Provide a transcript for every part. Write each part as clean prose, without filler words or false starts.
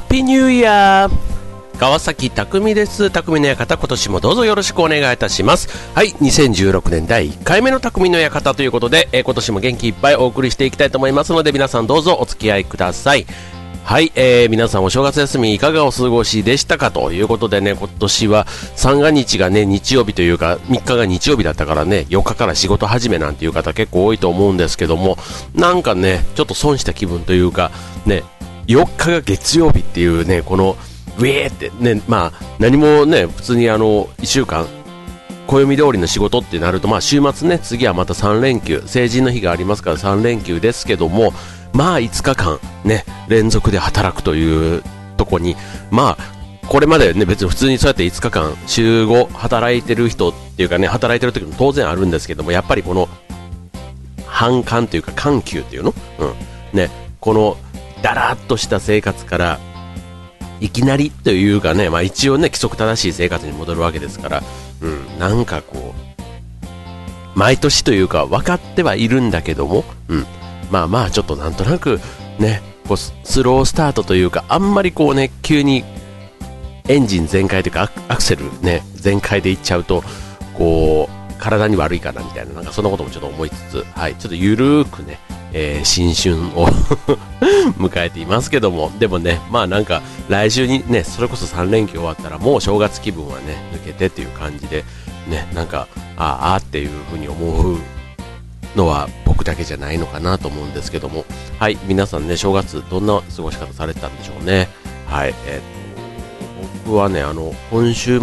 ピーニューイヤー。川崎匠です。匠の館、今年もどうぞよろしくお願いいたします。はい、2016年第1回目の匠の館ということで、今年も元気いっぱいお送りしていきたいと思いますので、皆さんどうぞお付き合いください。はい、皆さんお正月休みいかがお過ごしでしたかということでね、今年は三が日がね、日曜日というか3日が日曜日だったからね、4日から仕事始めなんていう方結構多いと思うんですけども、なんかね、ちょっと損した気分というかね、4日が月曜日っていうね、このウェーってね、まあ何もね、普通に1週間暦通りの仕事ってなると、まあ週末ね、次はまた3連休、成人の日がありますから3連休ですけども、まあ5日間ね、連続で働くというとこに、まあこれまでね、別に普通にそうやって5日間週5働いてる人っていうかね、働いてる時も当然あるんですけども、やっぱりこの半寒というか緩急っていうの、ね、このだらっとした生活からいきなりというかね、まあ一応ね、規則正しい生活に戻るわけですから、なんかこう毎年というか分かってはいるんだけども、まあまあちょっとなんとなくね、こうスロースタートというか、あんまりこうね、急にエンジン全開というかアクセルね全開でいっちゃうとこう体に悪いかなみたいな、なんかそんなこともちょっと思いつつ、はい、ちょっとゆるーくね、新春を迎えていますけども、でもね、まあなんか来週にね、それこそ3連休終わったらもう正月気分はね抜けてっていう感じでね、なんかあーっていう風に思うのは僕だけじゃないのかなと思うんですけども、はい、皆さんね、正月どんな過ごし方されてたんでしょうね。はい、僕はね、今週末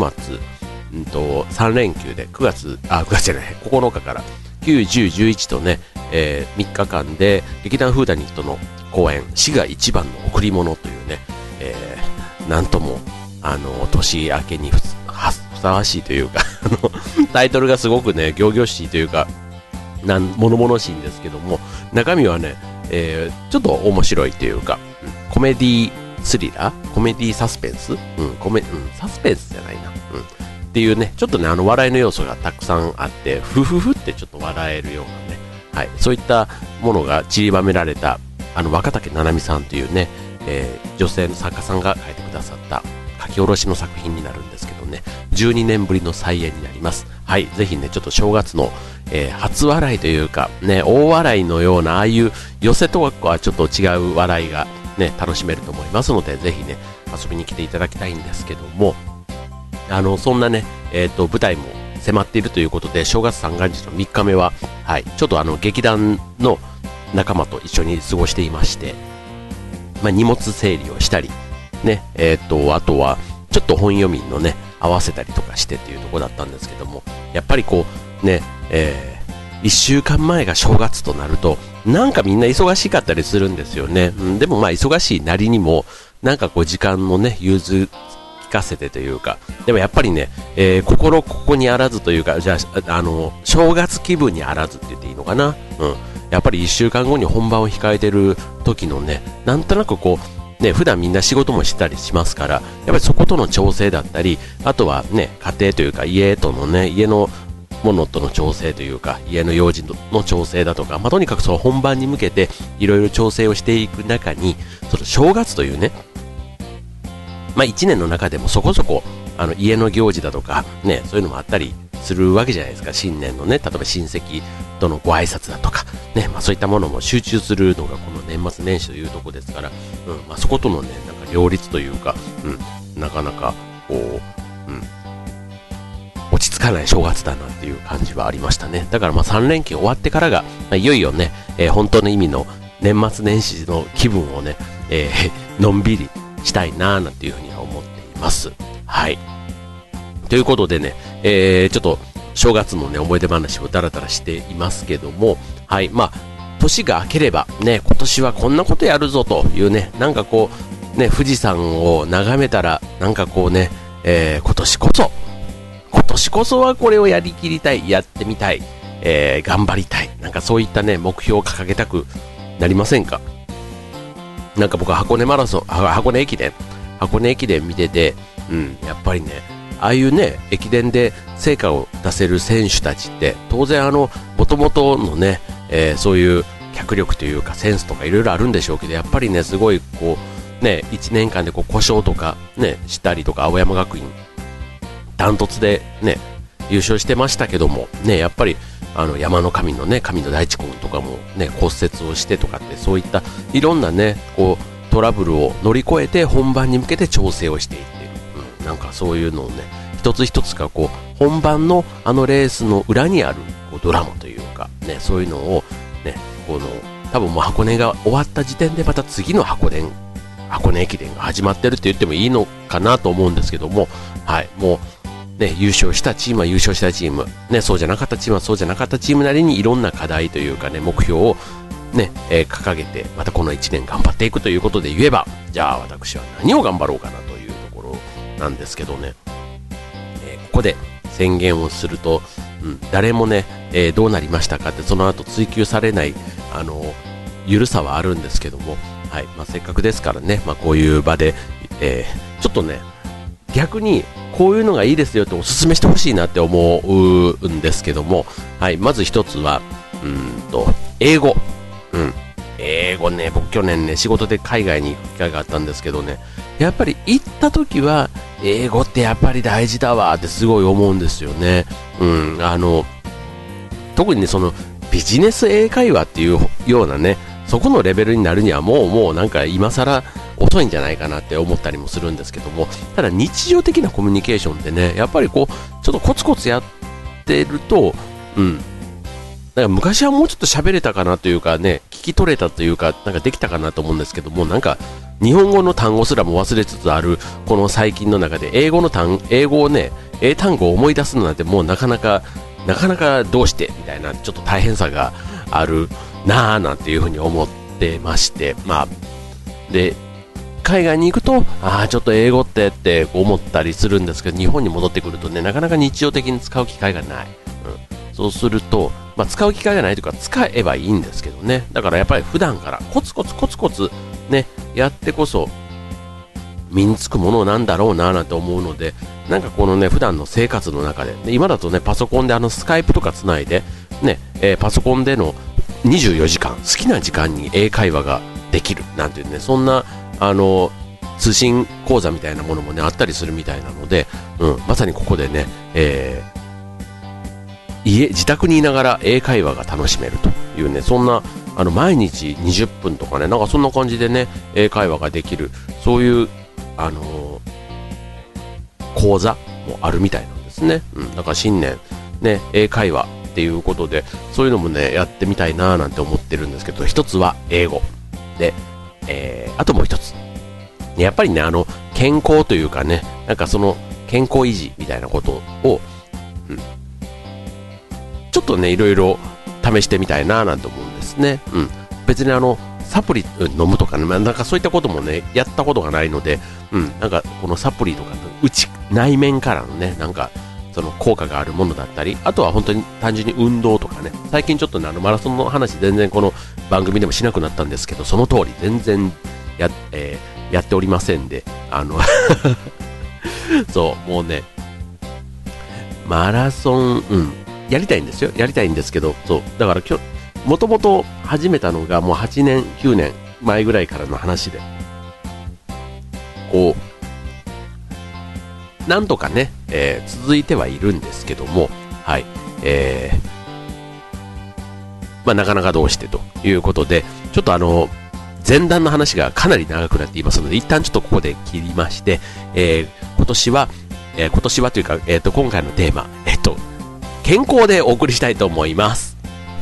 3連休で9月じゃない、9日から9、10、11とね、3日間で劇団フーダニットの公演、滋賀一番の贈り物というね、なんとも年明けにふさわしいというかタイトルがすごくね、仰々しいというか物々しいんですけども、中身はね、ちょっと面白いというか、コメディスリラー、コメディサスペンス、サスペンスじゃないな、っていうね、ちょっとね、笑いの要素がたくさんあって、ふふふってちょっと笑えるようなね、はい、そういったものが散りばめられた若竹七海さんというね、女性の作家さんが書いてくださった書き下ろしの作品になるんですけどね、12年ぶりの再演になります。はい、ぜひね、ちょっと正月の、初笑いというかね、大笑いのようなああいう寄せとはちょっと違う笑いがね、楽しめると思いますので、ぜひね、遊びに来ていただきたいんですけども、そんなね、舞台も迫っているということで、正月三が日の3日目は、はい、ちょっと劇団の仲間と一緒に過ごしていまして、まあ、荷物整理をしたりね、あとはちょっと本読みのね合わせたりとかしてっていうところだったんですけども、やっぱりこうね、1週間前が正月となるとなんかみんな忙しかったりするんですよね。でもまあ忙しいなりにもなんかこう時間もね融通聞かせてというか、でもやっぱりね、心ここにあらずというか、じゃあ正月気分にあらずって言っていいのかな、やっぱり1週間後に本番を控えてる時のね、なんとなくこうね、普段みんな仕事もしたりしますから、やっぱりそことの調整だったり、あとはね、家庭というか家とのね、家のものとの調整というか、家の用事の調整だとか、まあ、とにかくその本番に向けていろいろ調整をしていく中に、その正月というね、まあ1年の中でもそこそこ家の行事だとかね、そういうのもあったりするわけじゃないですか。新年のね、例えば親戚とのご挨拶だとかね、まあそういったものも集中するのがこの年末年始というところですから、まあそことのね、なんか両立というか、なかなかこう、落ち着かない正月だなっていう感じはありましたね。だからまあ3連休終わってからが、まあ、いよいよね、本当の意味の年末年始の気分をね、のんびりしたいなーなんていうふうには思っています。はい。ということでね、ちょっと正月のね、思い出話をダラダラしていますけども、はい、まあ、年が明ければね、今年はこんなことやるぞというね、なんかこう、ね、富士山を眺めたら、なんかこうね、今年こそはこれをやりきりたい、やってみたい、頑張りたい、なんかそういったね、目標を掲げたくなりませんか？なんか僕は箱根駅伝見てて、やっぱりね、ああいうね、駅伝で成果を出せる選手たちって、当然元々のね、そういう脚力というかセンスとかいろいろあるんでしょうけど、やっぱりね、すごいこう、 ね、1年間でこう故障とかね、したりとか、青山学院、ダントツでね、優勝してましたけども、ね、やっぱり、山の神のね、神野大地君とかもね、骨折をしてとかって、そういったいろんなね、こう、トラブルを乗り越えて本番に向けて調整をしていってる。なんかそういうのをね、一つ一つがこう、本番のレースの裏にあるこうドラマというか、ね、そういうのをね、多分もう箱根が終わった時点でまた次の箱根駅伝が始まってるって言ってもいいのかなと思うんですけども、はい、もうね、優勝したチームは優勝したチーム、ね、そうじゃなかったチームはそうじゃなかったチームなりにいろんな課題というかね、目標をね、掲げて、またこの1年頑張っていくということで言えば、じゃあ私は何を頑張ろうかなというところなんですけどね、ここで宣言をすると、誰もね、どうなりましたかってその後追求されないゆるさはあるんですけども、はい、せっかくですからね、こういう場で、ちょっとね、逆にこういうのがいいですよっておすすめしてほしいなって思うんですけども、はい、まず一つは英語、英語ね、僕去年ね、仕事で海外に行く機会があったんですけどね、やっぱり行った時は英語ってやっぱり大事だわってすごい思うんですよね。特にね、そのビジネス英会話っていうようなね、そこのレベルになるにはもうなんか今更遅いんじゃないかなって思ったりもするんですけども、ただ日常的なコミュニケーションってね、やっぱりこうちょっとコツコツやってると、だから昔はもうちょっと喋れたかなというかね、聞き取れたというか、なんかできたかなと思うんですけども、なんか日本語の単語すらも忘れつつあるこの最近の中で英語をね、英単語を思い出すのなんてもうなかなかどうしてみたいなちょっと大変さがあるなぁなんていうふうに思ってまして、で海外に行くとちょっと英語って思ったりするんですけど、日本に戻ってくるとね、なかなか日常的に使う機会がない、そうすると、使う機会がないというか使えばいいんですけどね、だからやっぱり普段からコツコツね、やってこそ身につくものなんだろうななんて思うので、なんかこのね、普段の生活の中で、今だとね、パソコンでスカイプとかつないでね、パソコンでの24時間好きな時間に英会話ができるなんていうね、そんな通信講座みたいなものもねあったりするみたいなので、まさにここでね、自宅にいながら英会話が楽しめるというね、そんな毎日20分とかね、なんかそんな感じでね、英会話ができる、そういう講座もあるみたいなんですね。だから新年ね、英会話っていうことで、そういうのもねやってみたいななんて思ってるんですけど、一つは英語で、あともう一つやっぱりね、健康というかね、なんかその健康維持みたいなことを、ちょっとねいろいろ試してみたいななんて思うんですね。別にサプリ飲むとかね、なんかそういったこともねやったことがないので、なんかこのサプリとか内面からのね、なんかその効果があるものだったり、あとは本当に単純に運動とかね、最近ちょっとねマラソンの話全然この番組でもしなくなったんですけど、その通り全然やっておりませんで、そうもうねマラソン、やりたいんですよ、やりたいんですけど、そうだからもともと始めたのがもう8年9年前ぐらいからの話で、こうなんとかね、続いてはいるんですけども、はい、なかなかどうしてということで、ちょっと前段の話がかなり長くなっていますので、一旦ちょっとここで切りまして、今年はというか、今回のテーマ、健康でお送りしたいと思います。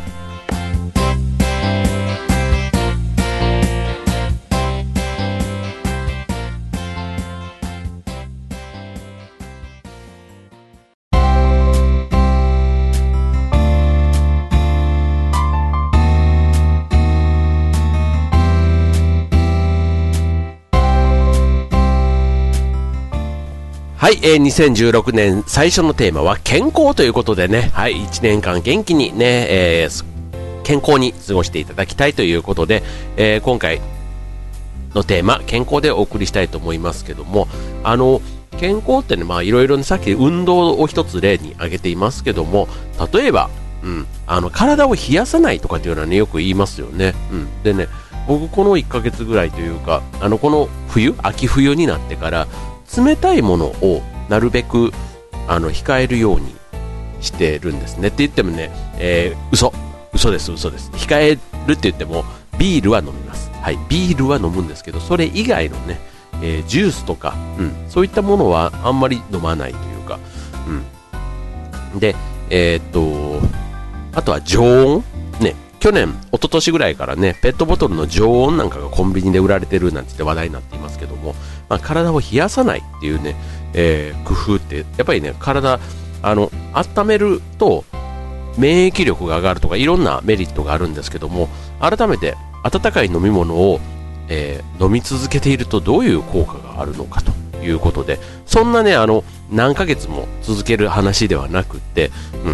はい、2016年最初のテーマは健康ということでね、はい、1年間元気にね、健康に過ごしていただきたいということで、今回のテーマ健康でお送りしたいと思いますけども、健康ってね、いろいろさっき運動を一つ例に挙げていますけども、例えば、体を冷やさないとかっていうのはねよく言いますよね。でね、 僕この1ヶ月ぐらいというか、この秋冬になってから冷たいものをなるべく控えるようにしてるんですね。って言ってもね、嘘です。控えるって言ってもビールは飲みます。はい、ビールは飲むんですけど、それ以外のね、ジュースとか、そういったものはあんまり飲まないというか、で、あとは常温ね、去年、一昨年ぐらいからね、ペットボトルの常温なんかがコンビニで売られてるなんて話題になっていますけども、体を冷やさないっていうね、工夫ってやっぱりね、体温めると免疫力が上がるとかいろんなメリットがあるんですけども、改めて温かい飲み物を、飲み続けているとどういう効果があるのかということで、そんなね何ヶ月も続ける話ではなくって、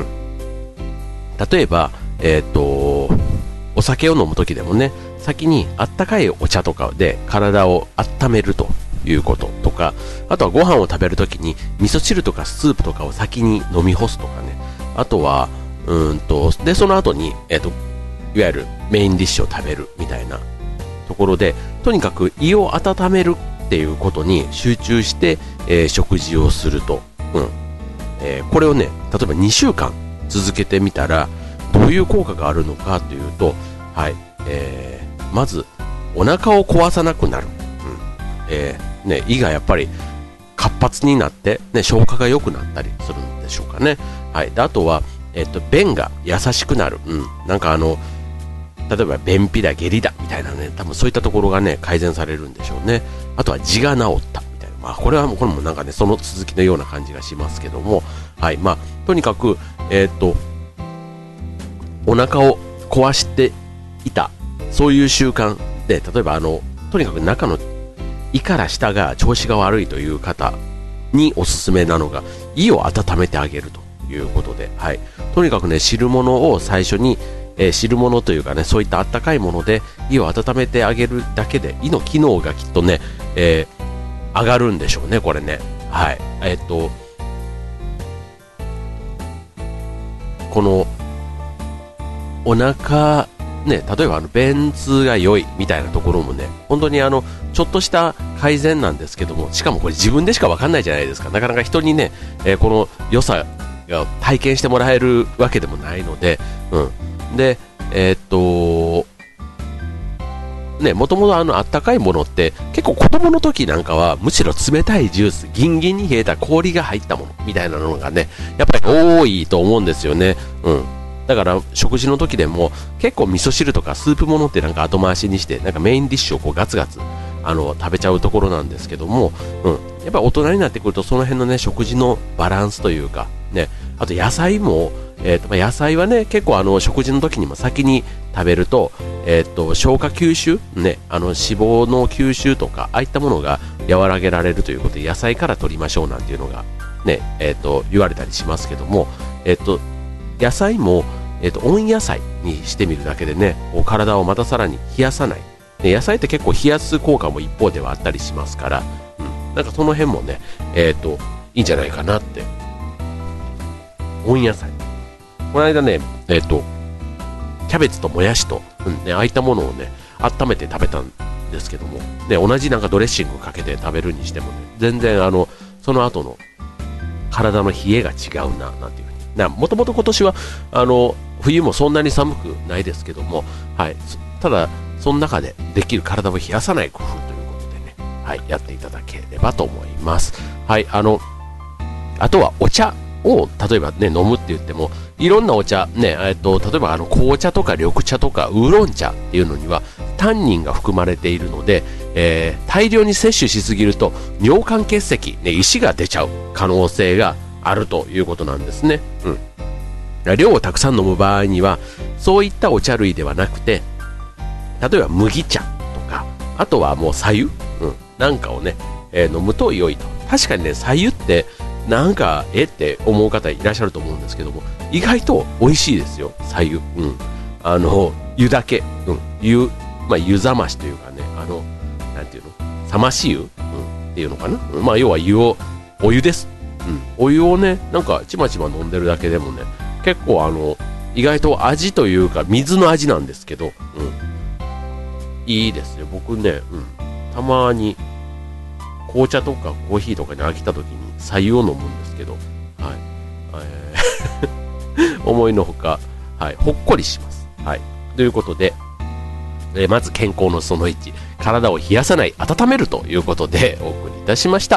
例えばお酒を飲む時でもね、先にあったかいお茶とかで体を温めるということとか、あとはご飯を食べる時に味噌汁とかスープとかを先に飲み干すとかね、あとはでその後に、いわゆるメインディッシュを食べるみたいなところで、とにかく胃を温めるっていうことに集中して、食事をすると、これをね、例えば2週間続けてみたらどういう効果があるのかというと、まずお腹を壊さなくなる、胃がやっぱり活発になって、消化が良くなったりするんでしょうかね。であとは、便が優しくなる、なんか例えば便秘だ下痢だみたいなね、多分そういったところがね改善されるんでしょうね。あとは痔が治ったみたいな、これもなんかねその続きのような感じがしますけども、とにかくお腹を壊していたそういう習慣で、例えばとにかく中の胃から下が調子が悪いという方におすすめなのが胃を温めてあげるということで、とにかくね汁物を最初に汁物というかね、そういったあったかいもので胃を温めてあげるだけで胃の機能がきっとね、上がるんでしょうね、これね。このお腹ね、例えば便通が良いみたいなところもね、本当にちょっとした改善なんですけども、しかもこれ自分でしか分かんないじゃないですか。なかなか人にね、この良さが体験してもらえるわけでもないので、でもともとあったかいものって結構子供の時なんかはむしろ冷たいジュース、ギンギンに冷えた氷が入ったものみたいなのがねやっぱり多いと思うんですよね。だから食事の時でも結構味噌汁とかスープものってなんか後回しにして、なんかメインディッシュをこうガツガツ食べちゃうところなんですけども、やっぱり大人になってくるとその辺のね食事のバランスというかね、あと野菜も野菜はね結構食事の時にも先に食べると、消化吸収ね、脂肪の吸収とかああいったものが和らげられるということで野菜から取りましょうなんていうのがね、言われたりしますけども、野菜も、温野菜にしてみるだけでね、体をまたさらに冷やさない、野菜って結構冷やす効果も一方ではあったりしますから、なんかその辺もね、いいんじゃないかなって。温野菜、この間ね、キャベツともやしと、ああいったものをね温めて食べたんですけども、同じなんかドレッシングかけて食べるにしてもね、全然その後の体の冷えが違うななんていうふうに、もともと今年は冬もそんなに寒くないですけども、ただその中でできる体を冷やさない工夫ということでね、やっていただければと思います。あとはお茶を例えばね飲むって言ってもいろんなお茶ね、例えば紅茶とか緑茶とかウーロン茶っていうのにはタンニンが含まれているので、大量に摂取しすぎると尿管結石、石が出ちゃう可能性があるということなんですね。量をたくさん飲む場合にはそういったお茶類ではなくて、例えば麦茶とか、あとはもう白湯、なんかをね、飲むと良いと。確かにね白湯ってなんかって思う方いらっしゃると思うんですけども、意外と美味しいですよ白湯。湯だけ、湯冷ましというかね、なんていうの、冷まし湯、っていうのかな、要はお湯です。お湯をねなんかちまちま飲んでるだけでもね結構意外と味というか水の味なんですけど、 いいですよ。僕ね、たまに紅茶とかコーヒーとかに飽きた時に白湯を飲むんですけど、はい、思いのほか、はい、ほっこりします。はい、ということで、まず健康のその1、体を冷やさない、温めるということでお送りいたしました。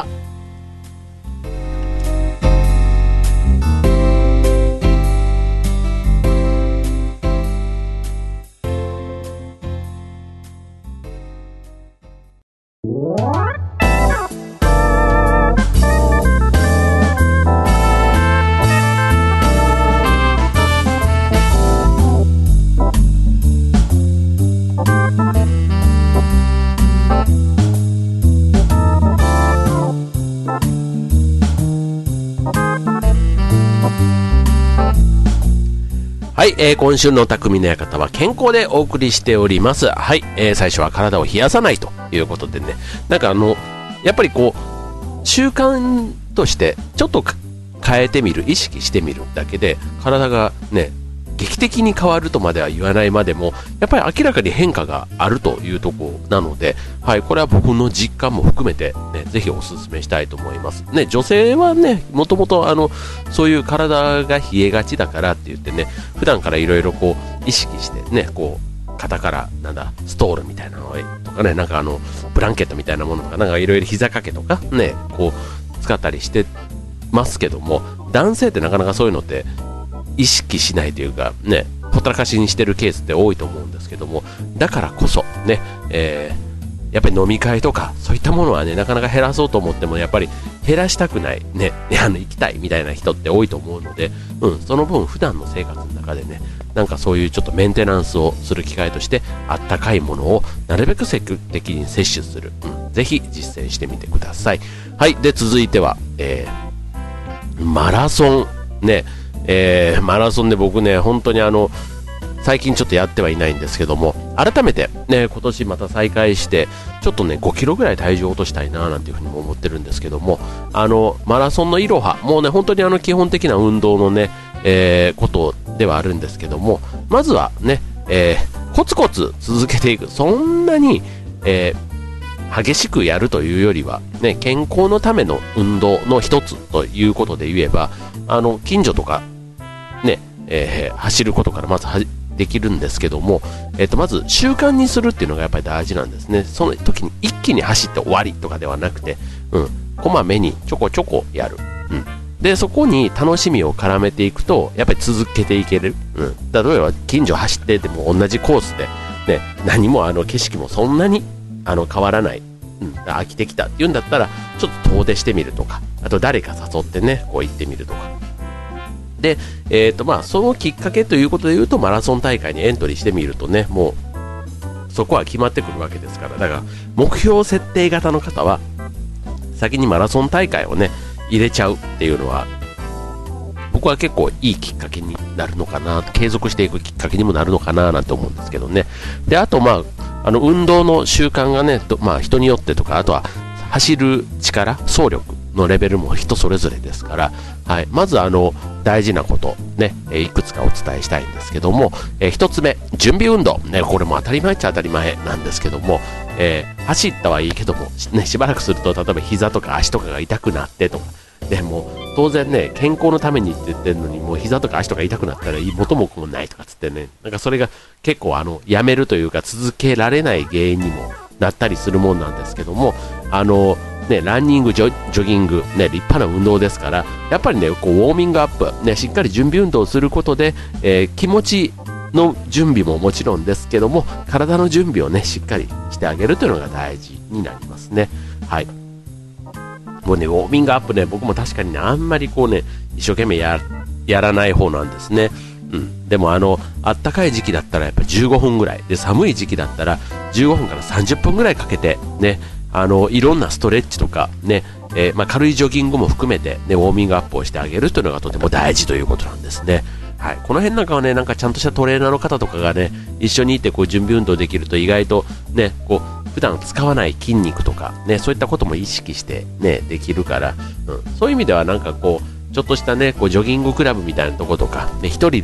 はい、今週の匠の館は健康でお送りしております。はい、最初は体を冷やさないということでね、なんかやっぱりこう習慣としてちょっと変えてみる、意識してみるだけで体がね劇的に変わるとまでは言わないまでもやっぱり明らかに変化があるというところなので、はい、これは僕の実感も含めて、ね、ぜひお勧めしたいと思います、ね、女性はねもともとそういう体が冷えがちだからって言ってね普段からいろいろこう意識してねこう肩からストールみたいなのとかねなんかブランケットみたいなものとかなんかいろいろ膝掛けとかねこう使ったりしてますけども、男性ってなかなかそういうのって意識しないというかねほったらかしにしてるケースって多いと思うんですけども、だからこそね、やっぱり飲み会とかそういったものはねなかなか減らそうと思ってもやっぱり減らしたくないね行きたいみたいな人って多いと思うので、その分普段の生活の中でねなんかそういうちょっとメンテナンスをする機会としてあったかいものをなるべく積極的に摂取する、ぜひ実践してみてください。はい、で続いては、マラソンね、マラソンで僕ね本当に最近ちょっとやってはいないんですけども、改めてね今年また再開してちょっとね5キロぐらい体重を落としたいななんていうふうにも思ってるんですけども、マラソンのいろはもうね本当に基本的な運動のね、ことではあるんですけども、まずはね、コツコツ続けていく、そんなに、激しくやるというよりは、ね、健康のための運動の一つということで言えば近所とかね、走ることからまずできるんですけども、まず習慣にするっていうのがやっぱり大事なんですね。その時に一気に走って終わりとかではなくて、こまめにちょこちょこやる、でそこに楽しみを絡めていくとやっぱり続けていける、例えば近所走ってても同じコースで、ね、何も景色もそんなに変わらない、飽きてきたっていうんだったらちょっと遠出してみるとか、あと誰か誘ってねこう行ってみるとかで、そのきっかけということで言うとマラソン大会にエントリーしてみるとねもうそこは決まってくるわけですから、だから目標設定型の方は先にマラソン大会をね入れちゃうっていうのは僕は結構いいきっかけになるのかな、継続していくきっかけにもなるのかななんて思うんですけどね。であと運動の習慣がね人によってとか、あとは走る力走力のレベルも人それぞれですから、はい、まず大事なことね、いくつかお伝えしたいんですけども、一つ目準備運動ね、これも当たり前っちゃ当たり前なんですけども、走ったはいいけども、ね、しばらくすると例えば膝とか足とかが痛くなってとかでも当然ね健康のためにって言ってるのにもう膝とか足とか痛くなったら元も子もないとかつってね、なんかそれが結構やめるというか続けられない原因にもなったりするもんなんですけども、ランニングジョギング、ね、立派な運動ですから、やっぱりねこうウォーミングアップ、ね、しっかり準備運動をすることで、気持ちの準備ももちろんですけども体の準備をねしっかりしてあげるというのが大事になりますね。はい、もうねウォーミングアップね僕も確かにねあんまりこうね一生懸命やらない方なんですね。でもあったかい時期だったらやっぱ15分ぐらいで、寒い時期だったら15分から30分ぐらいかけてねいろんなストレッチとかね、軽いジョギングも含めて、ね、ウォーミングアップをしてあげるというのがとても大事ということなんですね。はい、この辺なんかはねなんかちゃんとしたトレーナーの方とかがね一緒にいてこう準備運動できると意外とねこう普段使わない筋肉とかねそういったことも意識してねできるから、そういう意味ではなんかこうちょっとしたねこうジョギングクラブみたいなとことか、ね、一人で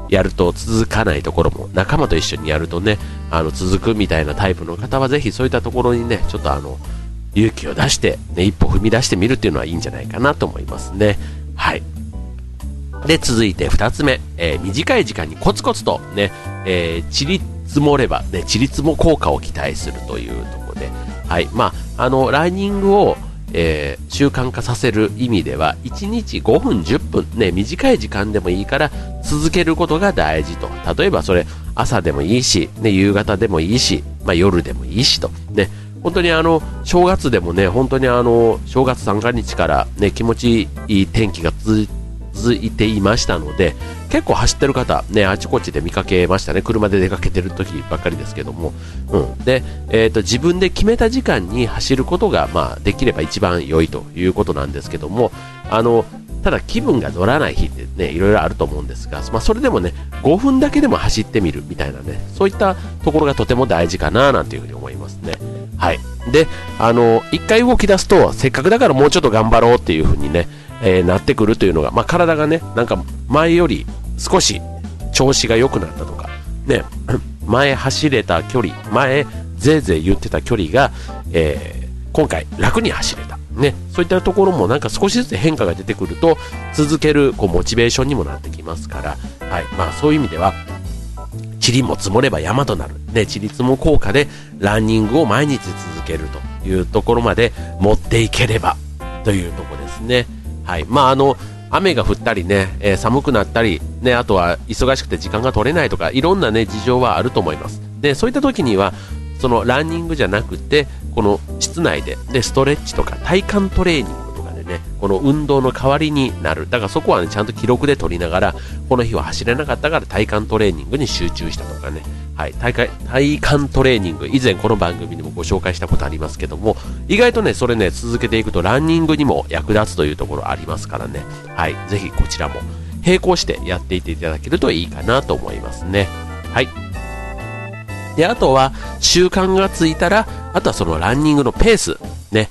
やると続かないところも、仲間と一緒にやるとね、続くみたいなタイプの方はぜひそういったところにね、ちょっと勇気を出して、ね、一歩踏み出してみるっていうのはいいんじゃないかなと思いますね。はい。で、続いて2つ目、短い時間にコツコツとね、ちり積もれば、ね、ちり積も効果を期待するというところで、はい。まあ、ランニングを、習慣化させる意味では、1日5分、10分、ね、短い時間でもいいから続けることが大事と。例えばそれ、朝でもいいし、ね、夕方でもいいし、まあ、夜でもいいしと。ね、本当に正月でもね、本当に正月三が日からね、気持ちいい天気が続いていましたので、結構走ってる方、ね、あちこちで見かけましたね。車で出かけてる時ばっかりですけども。で、自分で決めた時間に走ることが、まあ、できれば一番良いということなんですけども、ただ気分が乗らない日ってね、いろいろあると思うんですが、まあ、それでもね、5分だけでも走ってみるみたいなね、そういったところがとても大事かな、なんていうふうに思いますね。はい。で、一回動き出すと、せっかくだからもうちょっと頑張ろうっていうふうにね、なってくるというのが、まあ、体がね、なんか前より少し調子が良くなったとか、ね、前走れた距離、前ぜいぜい言ってた距離が、今回楽に走れた。ね、そういったところもなんか少しずつ変化が出てくると、続けるモチベーションにもなってきますから、はい。まあそういう意味では、塵も積もれば山となる。ね、塵積も効果でランニングを毎日続けるというところまで持っていければというところですね。はい。まあ雨が降ったりね、寒くなったり、ね、あとは忙しくて時間が取れないとか、いろんなね、事情はあると思います。で、そういった時には、そのランニングじゃなくて、この室内で、ストレッチとか体幹トレーニングとかでね、この運動の代わりになる。だからそこはね、ちゃんと記録で取りながら、この日は走れなかったから体幹トレーニングに集中したとかね、はい、体幹トレーニング、以前この番組でもご紹介したことありますけども、意外とね、それね、続けていくとランニングにも役立つというところありますからね、はい、ぜひこちらも並行してやっていっていただけるといいかなと思いますね。はい。で、あとは習慣がついたら、あとはそのランニングのペースね、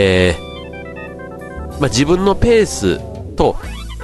まあ、自分のペースと、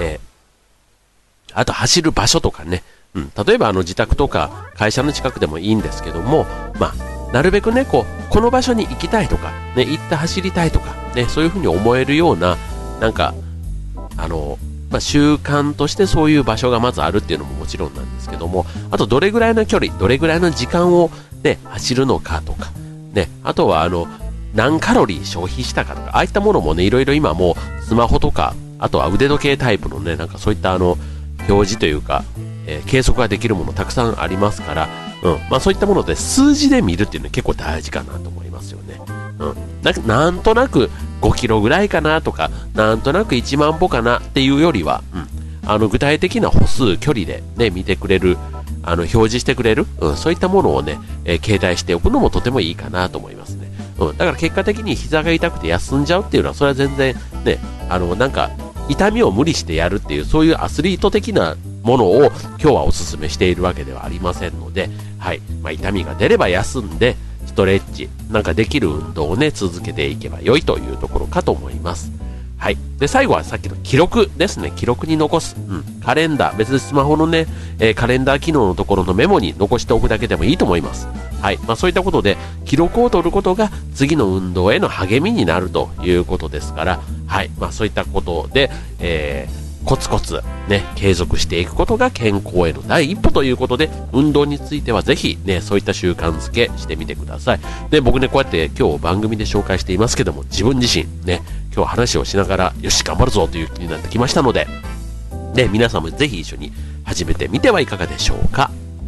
あと走る場所とかね、例えば自宅とか会社の近くでもいいんですけども、まあ、なるべくね、この場所に行きたいとか、ね、行って走りたいとか、ね、そういうふうに思えるような、なんか、まあ、習慣としてそういう場所がまずあるっていうのももちろんなんですけども、あとどれぐらいの距離、どれぐらいの時間をね、走るのかとか、ね、あとは何カロリー消費したかとか、ああいったものもね、いろいろ今もうスマホとか、あとは腕時計タイプのね、なんかそういった表示というか、計測ができるものたくさんありますから、まあ、そういったもので数字で見るっていうのは結構大事かなと思いますよね。なんとなく5キロぐらいかなとか、なんとなく1万歩かなっていうよりは、具体的な歩数、距離でね、見てくれる、表示してくれる、そういったものをね、携帯しておくのもとてもいいかなと思いますね。だから結果的に膝が痛くて休んじゃうっていうのは、それは全然ね、なんか痛みを無理してやるっていう、そういうアスリート的なものを今日はお勧めしているわけではありませんので、はい。まあ、痛みが出れば休んで、ストレッチ、なんかできる運動をね、続けていけば良いというところかと思います。はい。で、最後はさっきの記録ですね。記録に残す。カレンダー、別にスマホのね、カレンダー機能のところのメモに残しておくだけでもいいと思います。はい。まあ、そういったことで、記録を取ることが次の運動への励みになるということですから、はい。まあ、そういったことで、コツコツね、継続していくことが健康への第一歩ということで、運動についてはぜひね、そういった習慣づけしてみてください。で、僕ね、こうやって今日番組で紹介していますけども、自分自身ね、今日話をしながら、よし、頑張るぞという気になってきましたので、ね、皆さんもぜひ一緒に始めてみてはいかがでしょうか。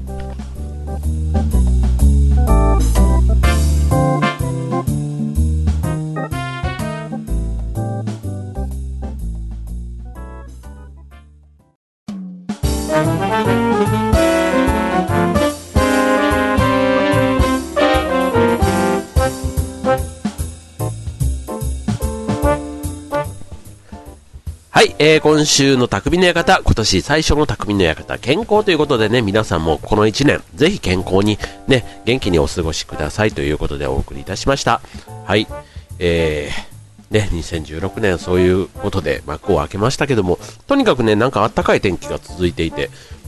はい、今週の匠の館、今年最初の匠の館、健康ということでね、皆さんもこの1年、ぜひ健康にね、元気にお過ごしくださいということでお送りいたしました。はい、ね、2016年そういうことで幕を開けましたけども、とにかくね、なんか暖かい天気が続いていて、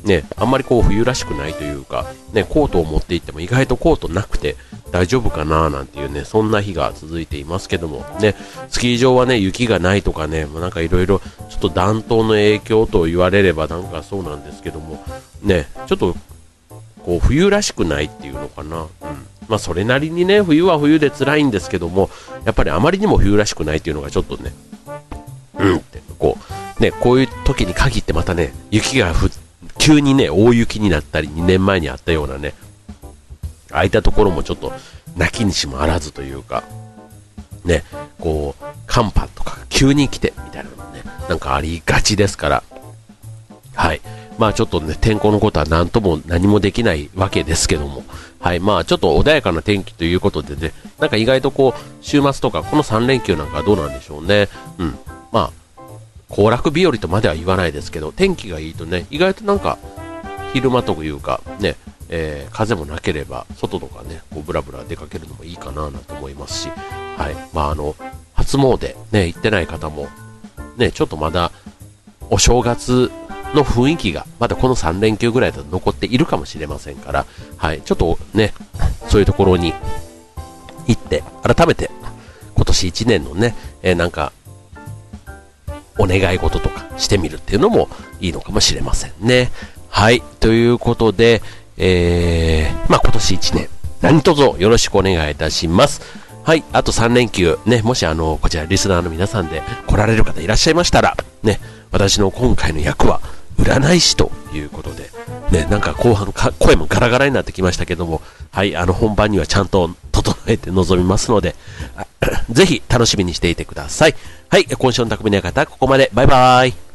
ね、あんまりこう冬らしくないというか、ね、コートを持って行っても意外とコートなくて大丈夫かななんていうね、そんな日が続いていますけども、ね、スキー場はね、雪がないとかね、なんかいろいろちょっと暖冬の影響と言われればなんかそうなんですけども、ね、ちょっとこう冬らしくないっていうのかな。まあそれなりにね、冬は冬で辛いんですけども、やっぱりあまりにも冬らしくないっていうのがちょっとね、ってこう、ね、こういう時に限ってまたね、雪が急にね、大雪になったり、2年前にあったようなね、空いたところもちょっと泣きにしもあらずというか、ね、こう、寒波とか急に来て、みたいなのね、なんかありがちですから、はい。まあちょっとね、天候のことは何もできないわけですけども、はい。まあちょっと穏やかな天気ということでね、なんか意外とこう、週末とかこの3連休なんかはどうなんでしょうね。まあ、行楽日和とまでは言わないですけど、天気がいいとね、意外となんか、昼間というか、ね、風もなければ、外とかね、こうブラブラ出かけるのもいいかななんて思いますし、はい。まあ初詣ね、行ってない方も、ね、ちょっとまだ、お正月の雰囲気がまだこの3連休ぐらいだと残っているかもしれませんから、はい、ちょっとね、そういうところに行って改めて今年1年のね、なんかお願い事とかしてみるっていうのもいいのかもしれませんね。はい、ということで、まあ今年1年何卒よろしくお願いいたします。はい、あと3連休ね、もしこちらリスナーの皆さんで来られる方いらっしゃいましたらね、私の今回の役は占い師ということで、ね、なんか後半声もガラガラになってきましたけども、はい、本番にはちゃんと整えて臨みますので、ぜひ楽しみにしていてください。はい、今週の匠の館、ここまで。バイバーイ。